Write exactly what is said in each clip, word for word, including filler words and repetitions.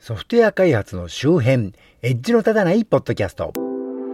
ソフトウェア開発の周辺、エッジの立たないポッドキャスト。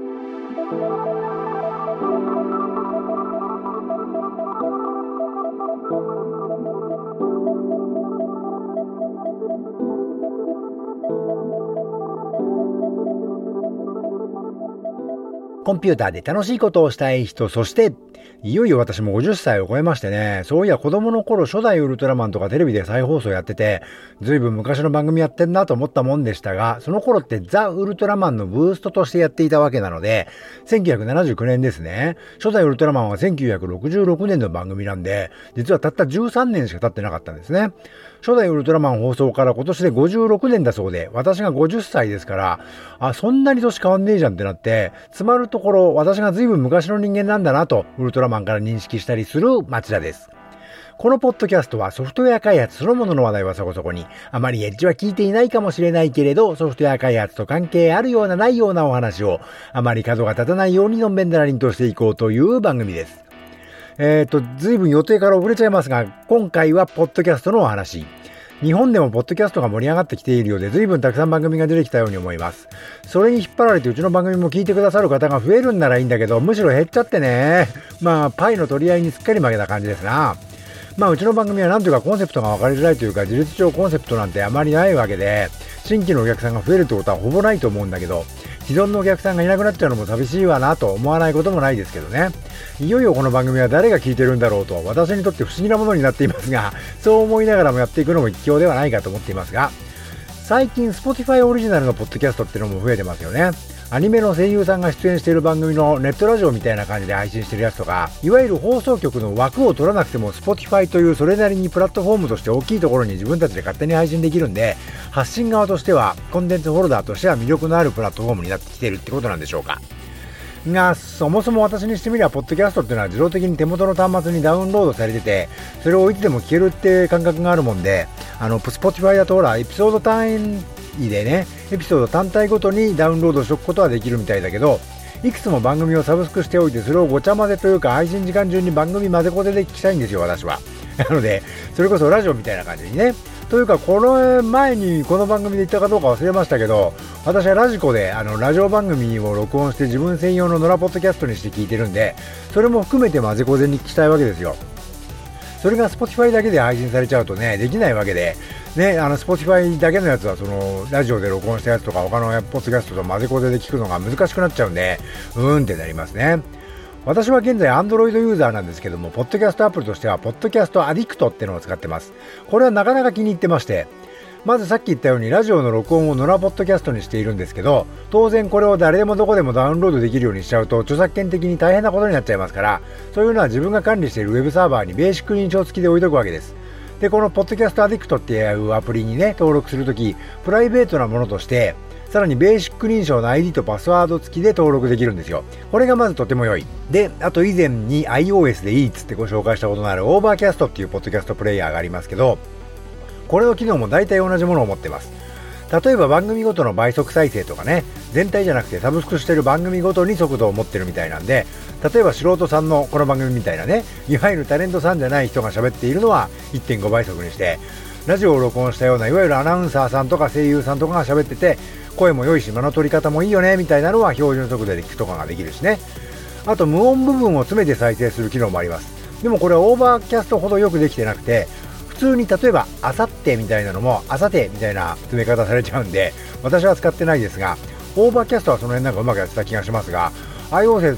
コンピューターで楽しいことをしたい人、そしていよいよ私もごじゅっさいを超えましてね、そういや子供の頃初代ウルトラマンとかテレビで再放送やってて、ずいぶん昔の番組やってんなと思ったもんでしたが、その頃ってザ・ウルトラマンのブーストとしてやっていたわけなので、せんきゅうひゃくななじゅうきゅうねんですね。初代ウルトラマンはせんきゅうひゃくろくじゅうろくねんの番組なんで、実はたったじゅうさんねんしか経ってなかったんですね。初代ウルトラマン放送から今年でごじゅうろくねんだそうで、私がごじゅっさいですから、あ、そんなに年変わんねえじゃんってなって、つまるところ私がずいぶん昔の人間なんだなと、ウルトラマンから認識したりする町田です。このポッドキャストはソフトウェア開発そのものの話題はそこそこに、あまりエッジは聞いていないかもしれないけれど、ソフトウェア開発と関係あるようなないようなお話を、あまり角が立たないようにのんべんだらりんとしていこうという番組です。えっと、ずいぶん予定から遅れちゃいますが、今回はポッドキャストのお話。日本でもポッドキャストが盛り上がってきているようで、ずいぶんたくさん番組が出てきたように思います。それに引っ張られてうちの番組も聞いてくださる方が増えるんならいいんだけど、むしろ減っちゃってね。まあ、パイの取り合いにすっかり負けた感じですな。まあ、うちの番組はなんというかコンセプトが分かりづらいというか、事実上コンセプトなんてあまりないわけで、新規のお客さんが増えるってことはほぼないと思うんだけど、既存のお客さんがいなくなっちゃうのも寂しいわなと思わないこともないですけどね。いよいよこの番組は誰が聞いてるんだろうと私にとって不思議なものになっていますが、そう思いながらもやっていくのも一興ではないかと思っていますが、最近 Spotify オリジナルのポッドキャストってのも増えてますよね。アニメの声優さんが出演している番組のネットラジオみたいな感じで配信してるやつとか、いわゆる放送局の枠を取らなくても Spotify というそれなりにプラットフォームとして大きいところに自分たちで勝手に配信できるんで、発信側としてはコンテンツホルダーとしては魅力のあるプラットフォームになってきているってことなんでしょうか。が、そもそも私にしてみればポッドキャストっていうのは自動的に手元の端末にダウンロードされてて、それをいつでも聞けるって感覚があるもんで、あの Spotify だとほらエピソード単位でね、エピソード単体ごとにダウンロードしておくことはできるみたいだけど、いくつも番組をサブスクしておいて、それをごちゃ混ぜというか配信時間中に番組混ぜこぜで聞きたいんですよ、私は。なのでそれこそラジオみたいな感じにね、というかこの前にこの番組で言ったかどうか忘れましたけど、私はラジコであのラジオ番組を録音して自分専用のノラポッドキャストにして聞いてるんで、それも含めて混ぜこぜに聞きたいわけですよ。それが Spotify だけで配信されちゃうとね、できないわけでね、あの Spotify だけのやつはそのラジオで録音したやつとか他のポッドキャストと混ぜこぜで聞くのが難しくなっちゃうんで、うーんってなりますね。私は現在 Android ユーザーなんですけども、ポッドキャストアプリとしてはポッドキャストアディクトってのを使ってます。これはなかなか気に入ってまして、まずさっき言ったようにラジオの録音をノラポッドキャストにしているんですけど、当然これを誰でもどこでもダウンロードできるようにしちゃうと著作権的に大変なことになっちゃいますから、そういうのは自分が管理しているウェブサーバーにベーシック認証付きで置いとくわけです。で、このポッドキャストアディクトっていうアプリにね、登録するときプライベートなものとしてさらにベーシック認証の アイディー とパスワード付きで登録できるんですよ。これがまずとても良い。で、あと以前に iOS でいいっつってご紹介したことのあるオーバーキャストっていうポッドキャストプレイヤーがありますけど、これの機能も大体同じものを持ってます。例えば番組ごとの倍速再生とかね、全体じゃなくてサブスクしてる番組ごとに速度を持ってるみたいなんで、例えば素人さんのこの番組みたいなね、いわゆるタレントさんじゃない人が喋っているのは いってんご 倍速にして、ラジオを録音したようないわゆるアナウンサーさんとか声優さんとかが喋ってて、声も良いし間の取り方もいいよねみたいなのは標準速度で聞くとかができるしね。あと無音部分を詰めて再生する機能もあります。でもこれはオーバーキャストほどよくできてなくて、普通に例えばあさってみたいなのもあさてみたいな詰め方されちゃうんで、私は使ってないですが、オーバーキャストはその辺なんかうまくやってた気がしますが、 iOS,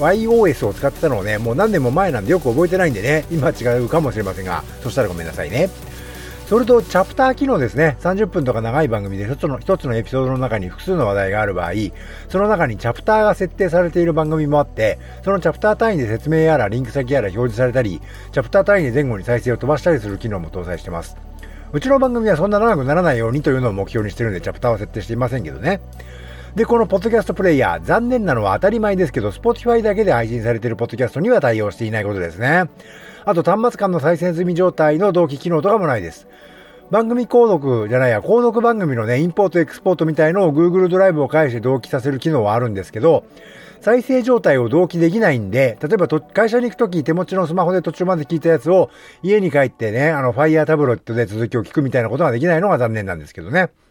iOS を使ってたのをね、もう何年も前なんでよく覚えてないんでね、今違うかもしれませんが、そしたらごめんなさいね。それとチャプター機能ですね。さんじゅっぷんとか長い番組で一つの一つのエピソードの中に複数の話題がある場合、その中にチャプターが設定されている番組もあって、そのチャプター単位で説明やらリンク先やら表示されたり、チャプター単位で前後に再生を飛ばしたりする機能も搭載してます。うちの番組はそんな長くならないようにというのを目標にしてるんでチャプターは設定していませんけどね。で、このポッドキャストプレイヤー、残念なのは当たり前ですけど Spotify だけで配信されているポッドキャストには対応していないことですね。あと端末間の再生済み状態の同期機能とかもないです。番組購読じゃないや、購読番組のね、インポートエクスポートみたいのを Google ドライブを介して同期させる機能はあるんですけど、再生状態を同期できないんで、例えばと会社に行くとき手持ちのスマホで途中まで聞いたやつを家に帰ってね、あの Fire タブレットで続きを聞くみたいなことができないのが残念なんですけどね。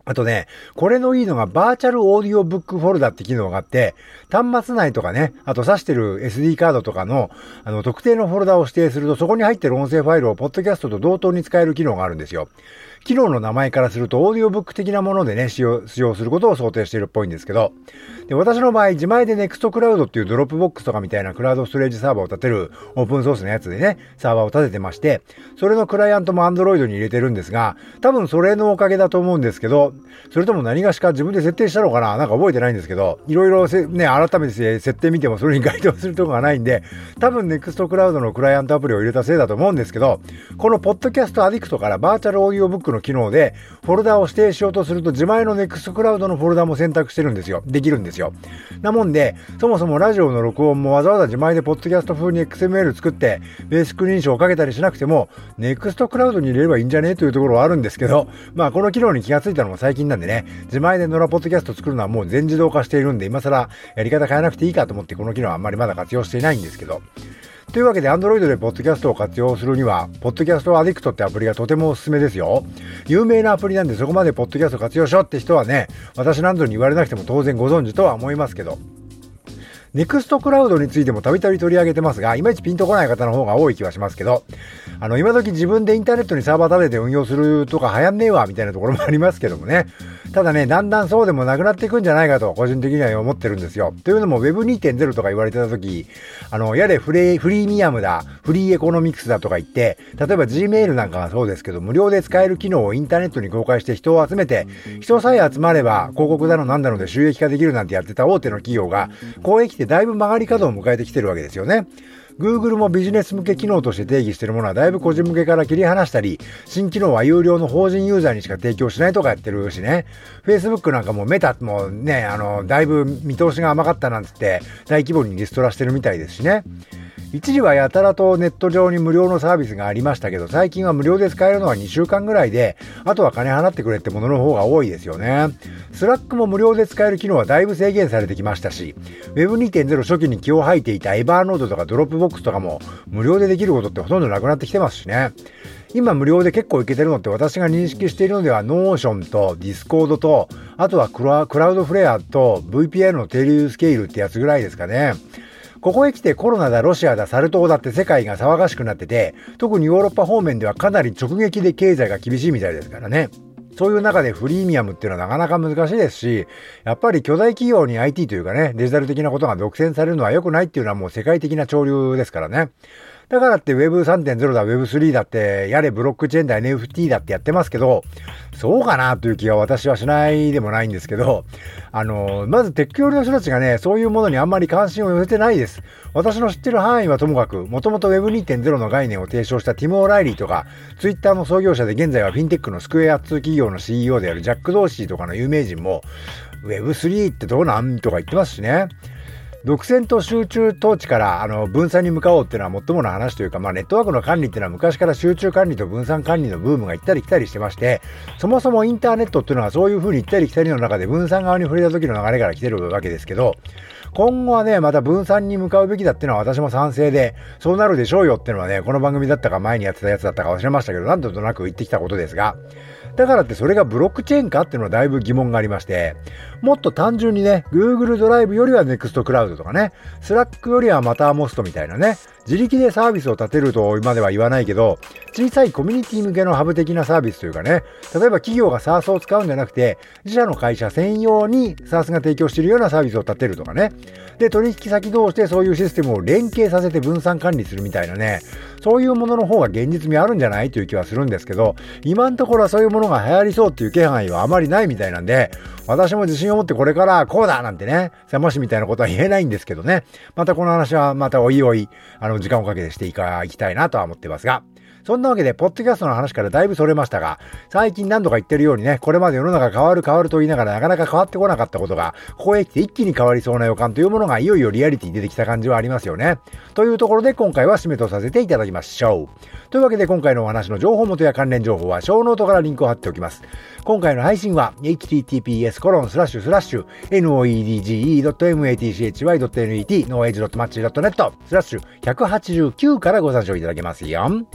あとね、これのいいのがバーチャルオーディオブックフォルダって機能があって、端末内とかね、あと挿してる エスディー カードとかの、あの、特定のフォルダを指定すると、そこに入ってる音声ファイルをポッドキャストと同等に使える機能があるんですよ。機能の名前からすると、オーディオブック的なものでね、使用、使用することを想定しているっぽいんですけど、で、私の場合、自前で Nextcloud っていうドロップボックスとかみたいなクラウドストレージサーバーを立てるオープンソースのやつでね、サーバーを立ててまして、それのクライアントも Android に入れてるんですが、多分それのおかげだと思うんですけど、それとも何がしか自分で設定したのかななんか覚えてないんですけど、いろいろね、改めて設定見てもそれに該当するところがないんで、多分 Nextcloud のクライアントアプリを入れたせいだと思うんですけど、このポッドキャストアディクトからバーチャルオーディオブックの機能で、フォルダを指定しようとすると自前の Nextcloud のフォルダも選択してるんですよ。できるんですよ。なもんで、そもそもラジオの録音もわざわざ自前でポッドキャスト風に エックスエムエル 作ってベーシック認証をかけたりしなくても Nextcloud に入れればいいんじゃねというところはあるんですけど、まあこの機能に気がついたのも最近なんでね、自前で野良ポッドキャスト作るのはもう全自動化しているんで、今更やり方変えなくていいかと思ってこの機能はあんまりまだ活用していないんですけど、というわけで Android でポッドキャストを活用するにはポッドキャストアディクトってアプリがとてもおすすめですよ。有名なアプリなんでそこまでポッドキャスト活用しようって人はね、私などに言われなくても当然ご存知とは思いますけど、Nextcloud についてもたびたび取り上げてますが、いまいちピンとこない方の方が多い気はしますけど、あの、今時自分でインターネットにサーバー立てて運用するとか流行んねえわ、みたいなところもありますけどもね。ただね、だんだんそうでもなくなっていくんじゃないかと、個人的には思ってるんですよ。というのも ウェブにてんゼロ とか言われてた時、あの、やれフレフリーミアムだ、フリーエコノミクスだとか言って、例えば Gmail なんかがそうですけど、無料で使える機能をインターネットに公開して人を集めて、人さえ集まれば広告だのなんだので収益化できるなんてやってた大手の企業が、こうへきてだいぶ曲がり角を迎えてきてるわけですよね。Google もビジネス向け機能として定義しているものはだいぶ個人向けから切り離したり、新機能は有料の法人ユーザーにしか提供しないとかやってるしね。Facebook なんかもメタもね、あの、だいぶ見通しが甘かったなんつって大規模にリストラしてるみたいですしね。一時はやたらとネット上に無料のサービスがありましたけど、最近は無料で使えるのはにしゅうかんぐらいで、あとは金払ってくれってものの方が多いですよね。スラックも無料で使える機能はだいぶ制限されてきましたし、ウェブにてんゼロ 初期に気を吐いていたエバーノードとかドロップボックスとかも無料でできることってほとんどなくなってきてますしね。今無料で結構いけてるのって私が認識しているのではノーションとディスコードと、あとはクラ、クラウドフレアと ブイピーエヌ のテレビスケールってやつぐらいですかね。ここへ来てコロナだ、ロシアだ、サル痘だって世界が騒がしくなってて、特にヨーロッパ方面ではかなり直撃で経済が厳しいみたいですからね。そういう中でフリーミアムっていうのはなかなか難しいですし、やっぱり巨大企業に アイティー というかね、デジタル的なことが独占されるのは良くないっていうのはもう世界的な潮流ですからね。だからって ウェブさんてんゼロ だ、ウェブスリー だって、やれブロックチェーンだ、エヌエフティー だってやってますけど、そうかなという気は私はしないでもないんですけど、あの、まずテック寄りの人たちがね、そういうものにあんまり関心を寄せてないです。私の知ってる範囲はともかく、もともと ウェブにてんゼロ の概念を提唱したティム・オライリーとか、ツイッターの創業者で現在はフィンテックのスクエアツー企業の シーイーオー であるジャック・ドーシーとかの有名人も、ウェブスリー ってどうなんとか言ってますしね。独占と集中統治からあの分散に向かおうっていうのはもっともな話というか、まあネットワークの管理っていうのは昔から集中管理と分散管理のブームが行ったり来たりしてまして、そもそもインターネットっていうのはそういう風に行ったり来たりの中で分散側に触れた時の流れから来てるわけですけど、今後はね、また分散に向かうべきだっていうのは私も賛成で、そうなるでしょうよっていうのはね、この番組だったか前にやってたやつだったか忘れましたけど、なんとなく言ってきたことですが、だからってそれがブロックチェーンかっていうのはだいぶ疑問がありまして、もっと単純にね、Google ドライブよりは Nextcloud とかね、Slack よりはまた Most みたいなね、自力でサービスを立てると今では言わないけど、小さいコミュニティ向けのハブ的なサービスというかね、例えば企業が SaaS を使うんじゃなくて、自社の会社専用に SaaS が提供しているようなサービスを立てるとかね、で、取引先同士でそういうシステムを連携させて分散管理するみたいなね、そういうものの方が現実味あるんじゃないという気はするんですけど、今のところはそういうものが流行りそうっていう気配はあまりないみたいなんで、私も自信を持ってこれからこうだなんてね、さましみたいなことは言えないんですけどね、またこの話はまたおいおい、あの、時間をかけてしていか、いきたいなとは思ってますが、そんなわけで、ポッドキャストの話からだいぶそれましたが、最近何度か言ってるようにね、これまで世の中変わる変わると言いながらなかなか変わってこなかったことが、ここへ来て一気に変わりそうな予感というものがいよいよリアリティ出てきた感じはありますよね。というところで今回は締めとさせていただきましょう。というわけで今回のお話の情報元や関連情報は小ノートからリンクを貼っておきます。今回の配信は エイチティーティーピーエスコロンスラッシュスラッシュエヌオーイーディージーイードットエムエーティーシーエイチワイドットエヌイーティーノーエイジドットマッチドットネットスラッシュひゃくはちじゅうきゅうからご参照いただけますよ。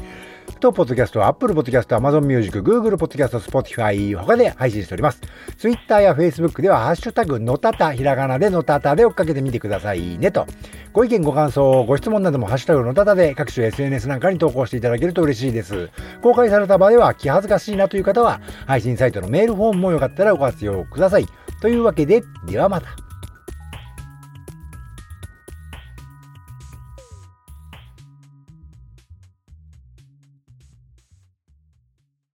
当ポッドキャストは Apple Podcast、Amazon Music、Google Podcast、Spotify 他で配信しております。Twitter や Facebook ではハッシュタグのたた、ひらがなでのたたで追っかけてみてくださいねと。ご意見ご感想、ご質問などもハッシュタグのたたで各種 エスエヌエス なんかに投稿していただけると嬉しいです。公開された場では気恥ずかしいなという方は配信サイトのメールフォームもよかったらご活用ください。というわけで、ではまた。